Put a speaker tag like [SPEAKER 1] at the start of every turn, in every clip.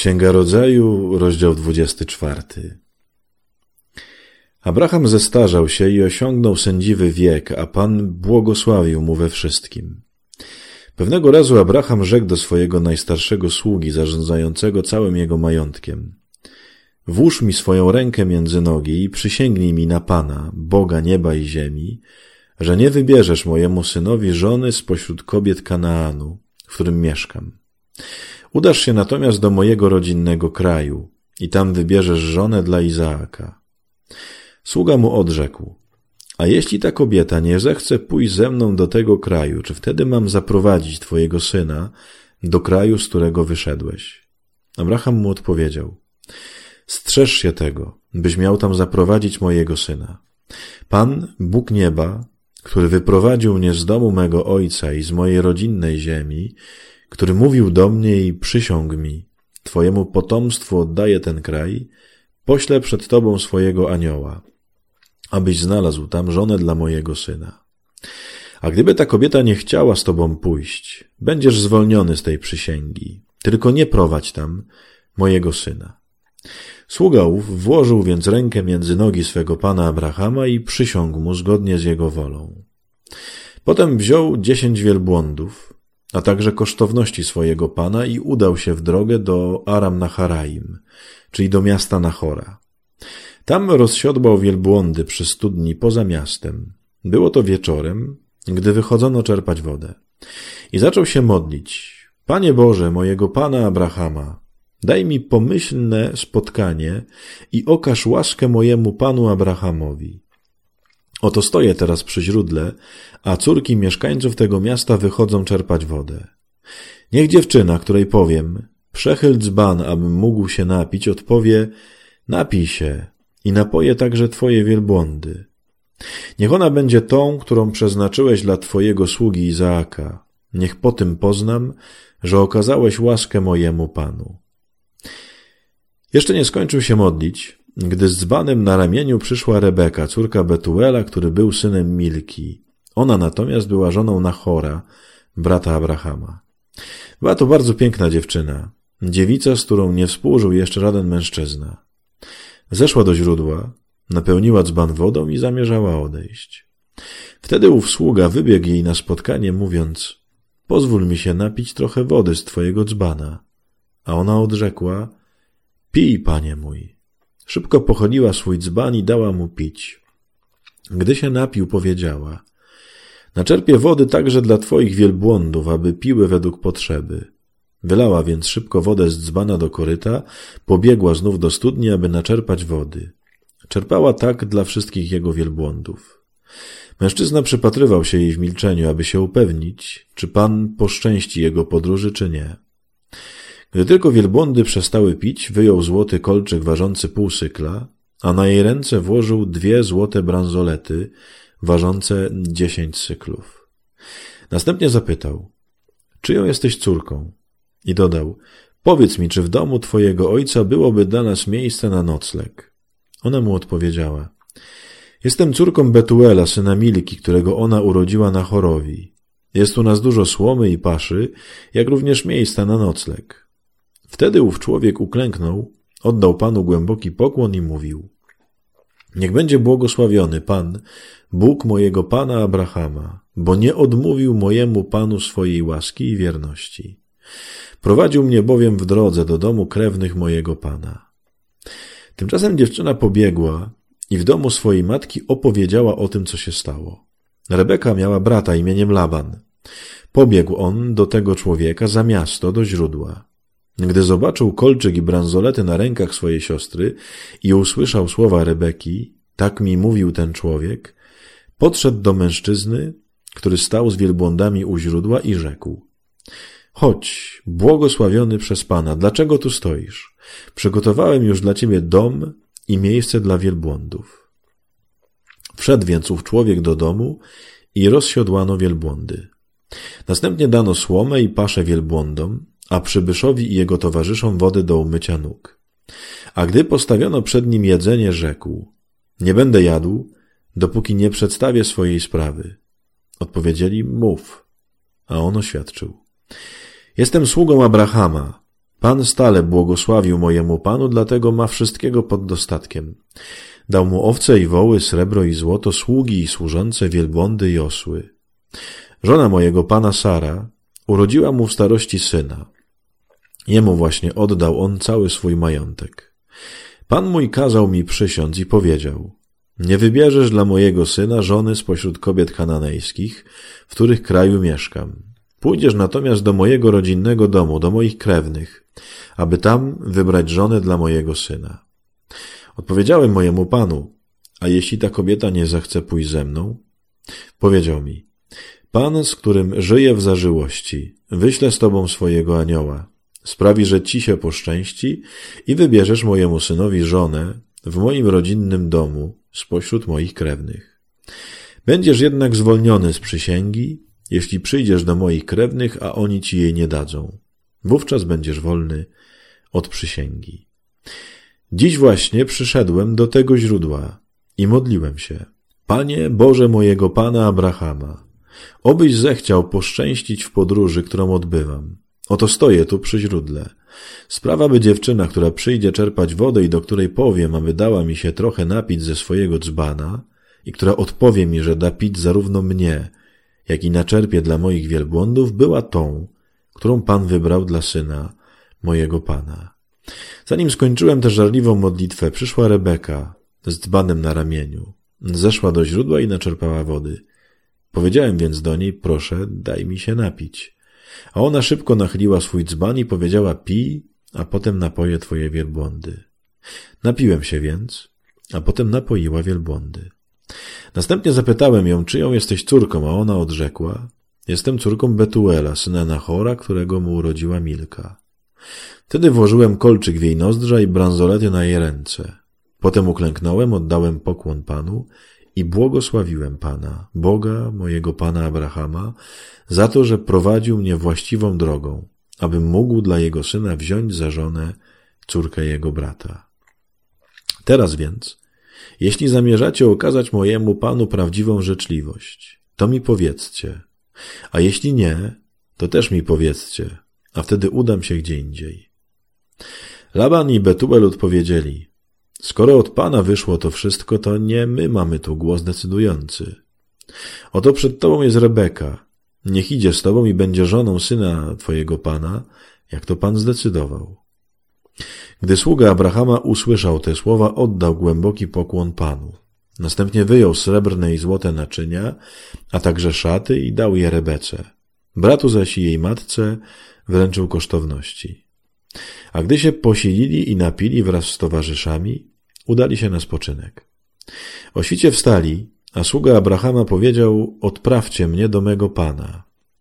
[SPEAKER 1] Księga Rodzaju, rozdział 24. Abraham zestarzał się i osiągnął sędziwy wiek, a Pan błogosławił mu we wszystkim. Pewnego razu Abraham rzekł do swojego najstarszego sługi, zarządzającego całym jego majątkiem: włóż mi swoją rękę między nogi i przysięgnij mi na Pana, Boga nieba i ziemi, że nie wybierzesz mojemu synowi żony spośród kobiet Kanaanu, w którym mieszkam. Udasz się natomiast do mojego rodzinnego kraju i tam wybierzesz żonę dla Izaaka. Sługa mu odrzekł: a jeśli ta kobieta nie zechce pójść ze mną do tego kraju, czy wtedy mam zaprowadzić twojego syna do kraju, z którego wyszedłeś? Abraham mu odpowiedział: strzeż się tego, byś miał tam zaprowadzić mojego syna. Pan, Bóg nieba, który wyprowadził mnie z domu mego ojca i z mojej rodzinnej ziemi, który mówił do mnie i przysiągł mi: twojemu potomstwu oddaję ten kraj, poślę przed tobą swojego anioła, abyś znalazł tam żonę dla mojego syna. A gdyby ta kobieta nie chciała z tobą pójść, będziesz zwolniony z tej przysięgi, tylko nie prowadź tam mojego syna. Sługa ów włożył więc rękę między nogi swego pana Abrahama i przysiągł mu zgodnie z jego wolą. Potem wziął 10 wielbłądów, a także kosztowności swojego pana i udał się w drogę do Aram-Naharaim, czyli do miasta Nahora. Tam rozsiodłał wielbłądy przy studni poza miastem. Było to wieczorem, gdy wychodzono czerpać wodę. I zaczął się modlić: Panie Boże, mojego pana Abrahama, daj mi pomyślne spotkanie i okaż łaskę mojemu panu Abrahamowi. Oto stoję teraz przy źródle, a córki mieszkańców tego miasta wychodzą czerpać wodę. Niech dziewczyna, której powiem: przechyl dzban, abym mógł się napić, odpowie: napij się i napoję także twoje wielbłądy. Niech ona będzie tą, którą przeznaczyłeś dla twojego sługi Izaaka. Niech po tym poznam, że okazałeś łaskę mojemu panu. Jeszcze nie skończył się modlić, gdy z dzbanem na ramieniu przyszła Rebeka, córka Betuela, który był synem Milki. Ona natomiast była żoną Nahora, brata Abrahama. Była to bardzo piękna dziewczyna, dziewica, z którą nie współżył jeszcze żaden mężczyzna. Zeszła do źródła, napełniła dzban wodą i zamierzała odejść. Wtedy ów sługa wybiegł jej na spotkanie, mówiąc: pozwól mi się napić trochę wody z twojego dzbana. A ona odrzekła: pij, panie mój. Szybko pocholiła swój dzban i dała mu pić. Gdy się napił, powiedziała: naczerpię wody także dla twoich wielbłądów, aby piły według potrzeby. Wylała więc szybko wodę z dzbana do koryta, pobiegła znów do studni, aby naczerpać wody. Czerpała tak dla wszystkich jego wielbłądów. Mężczyzna przypatrywał się jej w milczeniu, aby się upewnić, czy Pan poszczęści jego podróży, czy nie. Gdy tylko wielbłądy przestały pić, wyjął złoty kolczyk ważący pół sykla, a na jej ręce włożył 2 złote bransolety ważące 10 syklów. Następnie zapytał: czyją jesteś córką? I dodał: powiedz mi, czy w domu twojego ojca byłoby dla nas miejsce na nocleg? Ona mu odpowiedziała: jestem córką Betuela, syna Milki, którego ona urodziła Nahorowi. Jest u nas dużo słomy i paszy, jak również miejsca na nocleg. Wtedy ów człowiek uklęknął, oddał Panu głęboki pokłon i mówił: niech będzie błogosławiony Pan, Bóg mojego Pana Abrahama, bo nie odmówił mojemu Panu swojej łaski i wierności. Prowadził mnie bowiem w drodze do domu krewnych mojego Pana. Tymczasem dziewczyna pobiegła i w domu swojej matki opowiedziała o tym, co się stało. Rebeka miała brata imieniem Laban. Pobiegł on do tego człowieka za miasto, do źródła. Gdy zobaczył kolczyk i bransolety na rękach swojej siostry i usłyszał słowa Rebeki: tak mi mówił ten człowiek, podszedł do mężczyzny, który stał z wielbłądami u źródła, i rzekł: chodź, błogosławiony przez Pana, dlaczego tu stoisz? Przygotowałem już dla ciebie dom i miejsce dla wielbłądów. Wszedł więc ów człowiek do domu i rozsiodłano wielbłądy. Następnie dano słomę i paszę wielbłądom, a przybyszowi i jego towarzyszom wody do umycia nóg. A gdy postawiono przed nim jedzenie, rzekł: nie będę jadł, dopóki nie przedstawię swojej sprawy. Odpowiedzieli: mów. A on oświadczył: jestem sługą Abrahama. Pan stale błogosławił mojemu panu, dlatego ma wszystkiego pod dostatkiem. Dał mu owce i woły, srebro i złoto, sługi i służące, wielbłądy i osły. Żona mojego pana Sara urodziła mu w starości syna. Jemu właśnie oddał on cały swój majątek. Pan mój kazał mi przysiąc i powiedział: nie wybierzesz dla mojego syna żony spośród kobiet kananejskich, w których kraju mieszkam. Pójdziesz natomiast do mojego rodzinnego domu, do moich krewnych, aby tam wybrać żonę dla mojego syna. Odpowiedziałem mojemu panu: a jeśli ta kobieta nie zechce pójść ze mną? Powiedział mi: Pan, z którym żyję w zażyłości, wyśle z tobą swojego anioła. Sprawi, że ci się poszczęści i wybierzesz mojemu synowi żonę w moim rodzinnym domu spośród moich krewnych. Będziesz jednak zwolniony z przysięgi, jeśli przyjdziesz do moich krewnych, a oni ci jej nie dadzą. Wówczas będziesz wolny od przysięgi. Dziś właśnie przyszedłem do tego źródła i modliłem się: Panie Boże mojego Pana Abrahama, obyś zechciał poszczęścić w podróży, którą odbywam. Oto stoję tu przy źródle. Sprawa, by dziewczyna, która przyjdzie czerpać wodę i do której powiem, aby dała mi się trochę napić ze swojego dzbana i która odpowie mi, że da pić zarówno mnie, jak i naczerpie dla moich wielbłądów, była tą, którą Pan wybrał dla syna mojego Pana. Zanim skończyłem tę żarliwą modlitwę, przyszła Rebeka z dzbanem na ramieniu. Zeszła do źródła i naczerpała wody. Powiedziałem więc do niej: proszę, daj mi się napić. A ona szybko nachyliła swój dzban i powiedziała: pij, a potem napoję twoje wielbłądy. Napiłem się więc, a potem napoiła wielbłądy. Następnie zapytałem ją: czyją jesteś córką? A ona odrzekła: jestem córką Betuela, syna Nachora, którego mu urodziła Milka. Wtedy włożyłem kolczyk w jej nozdrza i bransolety na jej ręce. Potem uklęknąłem, oddałem pokłon Panu i błogosławiłem Pana, Boga mojego Pana Abrahama, za to, że prowadził mnie właściwą drogą, abym mógł dla jego syna wziąć za żonę córkę jego brata. Teraz więc, jeśli zamierzacie okazać mojemu Panu prawdziwą życzliwość, to mi powiedzcie, a jeśli nie, to też mi powiedzcie, a wtedy udam się gdzie indziej. Laban i Betuel odpowiedzieli: skoro od Pana wyszło to wszystko, to nie my mamy tu głos decydujący. Oto przed tobą jest Rebeka. Niech idzie z tobą i będzie żoną syna twojego Pana, jak to Pan zdecydował. Gdy sługa Abrahama usłyszał te słowa, oddał głęboki pokłon Panu. Następnie wyjął srebrne i złote naczynia, a także szaty i dał je Rebece. Bratu zaś i jej matce wręczył kosztowności. A gdy się posilili i napili wraz z towarzyszami, udali się na spoczynek. O świcie wstali, a sługa Abrahama powiedział: odprawcie mnie do mego Pana.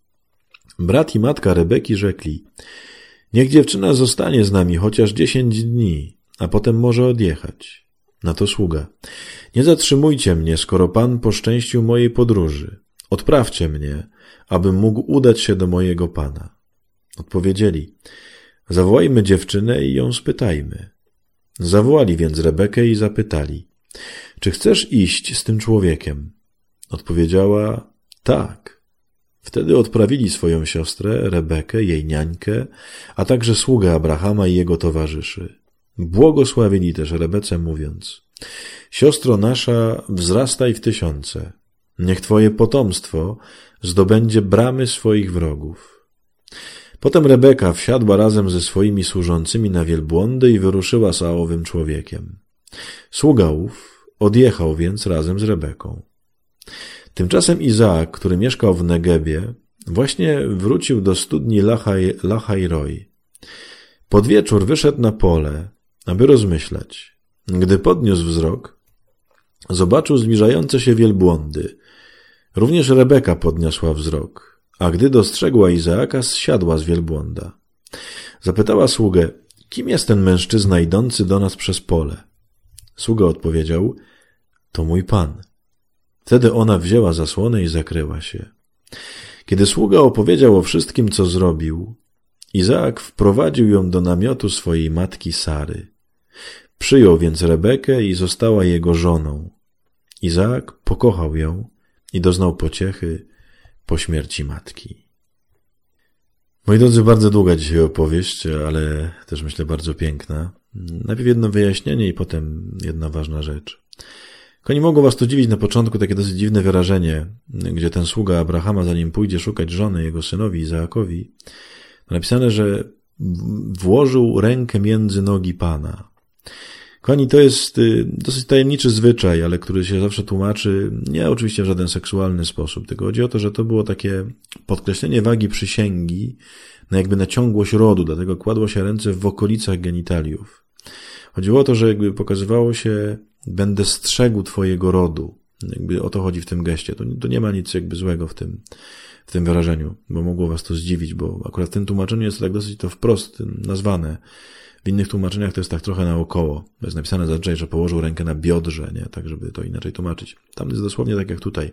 [SPEAKER 1] Brat i matka Rebeki rzekli: niech dziewczyna zostanie z nami chociaż 10 dni, a potem może odjechać. Na to sługa: nie zatrzymujcie mnie, skoro Pan poszczęścił mojej podróży. Odprawcie mnie, abym mógł udać się do mojego Pana. Odpowiedzieli: zawołajmy dziewczynę i ją spytajmy. Zawołali więc Rebekę i zapytali: czy chcesz iść z tym człowiekiem? Odpowiedziała: tak. Wtedy odprawili swoją siostrę, Rebekę, jej niańkę, a także sługę Abrahama i jego towarzyszy. Błogosławili też Rebece, mówiąc: siostro nasza, wzrastaj w tysiące. Niech twoje potomstwo zdobędzie bramy swoich wrogów. Potem Rebeka wsiadła razem ze swoimi służącymi na wielbłądy i wyruszyła z owym człowiekiem. Sługa ów odjechał więc razem z Rebeką. Tymczasem Izaak, który mieszkał w Negebie, właśnie wrócił do studni Lachaj-Roi. Pod wieczór wyszedł na pole, aby rozmyślać. Gdy podniósł wzrok, zobaczył zbliżające się wielbłądy. Również Rebeka podniosła wzrok, a gdy dostrzegła Izaaka, zsiadła z wielbłąda. Zapytała sługę: kim jest ten mężczyzna idący do nas przez pole? Sługa odpowiedział: to mój Pan. Wtedy ona wzięła zasłonę i zakryła się. Kiedy sługa opowiedział o wszystkim, co zrobił, Izaak wprowadził ją do namiotu swojej matki Sary. Przyjął więc Rebekę i została jego żoną. Izaak pokochał ją i doznał pociechy po śmierci matki. Moi drodzy, bardzo długa dzisiaj opowieść, ale też myślę bardzo piękna. Najpierw jedno wyjaśnienie i potem jedna ważna rzecz. Koni, mogło was to dziwić na początku takie dosyć dziwne wyrażenie, gdzie ten sługa Abrahama, zanim pójdzie szukać żony jego synowi Izaakowi, napisane, że włożył rękę między nogi Pana. Kochani, to jest dosyć tajemniczy zwyczaj, ale który się zawsze tłumaczy, nie oczywiście w żaden seksualny sposób, tylko chodzi o to, że to było takie podkreślenie wagi przysięgi na ciągłość rodu, dlatego kładło się ręce w okolicach genitaliów. Chodziło o to, że jakby pokazywało się, będę strzegł twojego rodu. Jakby o to chodzi w tym geście. To nie ma nic jakby złego w tym wyrażeniu, bo mogło was to zdziwić, bo akurat w tym tłumaczeniu jest to tak dosyć to wprost nazwane. W innych tłumaczeniach to jest tak trochę naokoło. To jest napisane zazwyczaj, że położył rękę na biodrze, nie? Tak, żeby to inaczej tłumaczyć. Tam jest dosłownie tak jak tutaj.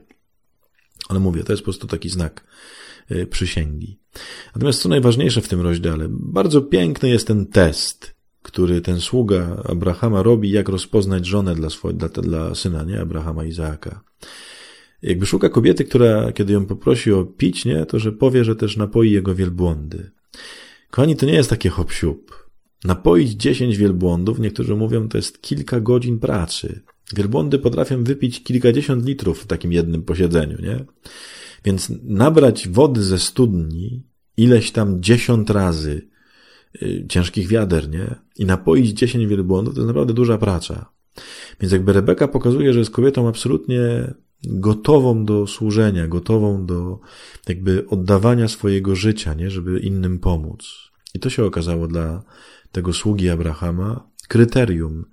[SPEAKER 1] Ale mówię, to jest po prostu taki znak przysięgi. Natomiast co najważniejsze w tym rozdziale, bardzo piękny jest ten test, który ten sługa Abrahama robi, jak rozpoznać żonę dla syna, nie? Abrahama Izaaka. Jakby szuka kobiety, która, kiedy ją poprosi o pić, nie? To że powie, że też napoi jego wielbłądy. Kochani, to nie jest takie hop-siup. Napoić 10 wielbłądów, niektórzy mówią, to jest kilka godzin pracy. Wielbłądy potrafią wypić kilkadziesiąt litrów w takim jednym posiedzeniu, nie? Więc nabrać wody ze studni ileś tam 10 razy ciężkich wiader, nie? I napoić 10 wielbłądów, to jest naprawdę duża praca. Więc jakby Rebeka pokazuje, że jest kobietą absolutnie gotową do służenia, gotową do jakby oddawania swojego życia, nie? Żeby innym pomóc. I to się okazało dla tego sługi Abrahama kryterium,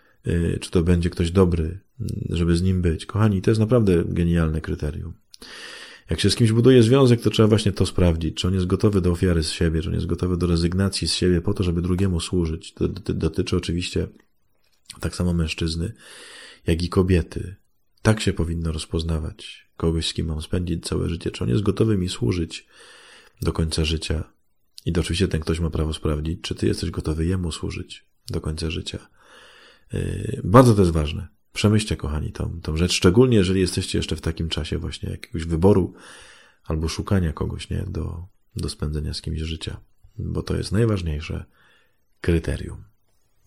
[SPEAKER 1] czy to będzie ktoś dobry, żeby z nim być. Kochani, to jest naprawdę genialne kryterium. Jak się z kimś buduje związek, to trzeba właśnie to sprawdzić, czy on jest gotowy do ofiary z siebie, czy on jest gotowy do rezygnacji z siebie po to, żeby drugiemu służyć. To dotyczy oczywiście tak samo mężczyzny, jak i kobiety. Tak się powinno rozpoznawać kogoś, z kim mam spędzić całe życie. Czy on jest gotowy mi służyć do końca życia? I to oczywiście ten ktoś ma prawo sprawdzić, czy ty jesteś gotowy jemu służyć do końca życia. Bardzo to jest ważne. Przemyślcie, kochani, tą rzecz, szczególnie jeżeli jesteście jeszcze w takim czasie właśnie jakiegoś wyboru albo szukania kogoś, nie, do spędzenia z kimś życia, bo to jest najważniejsze kryterium.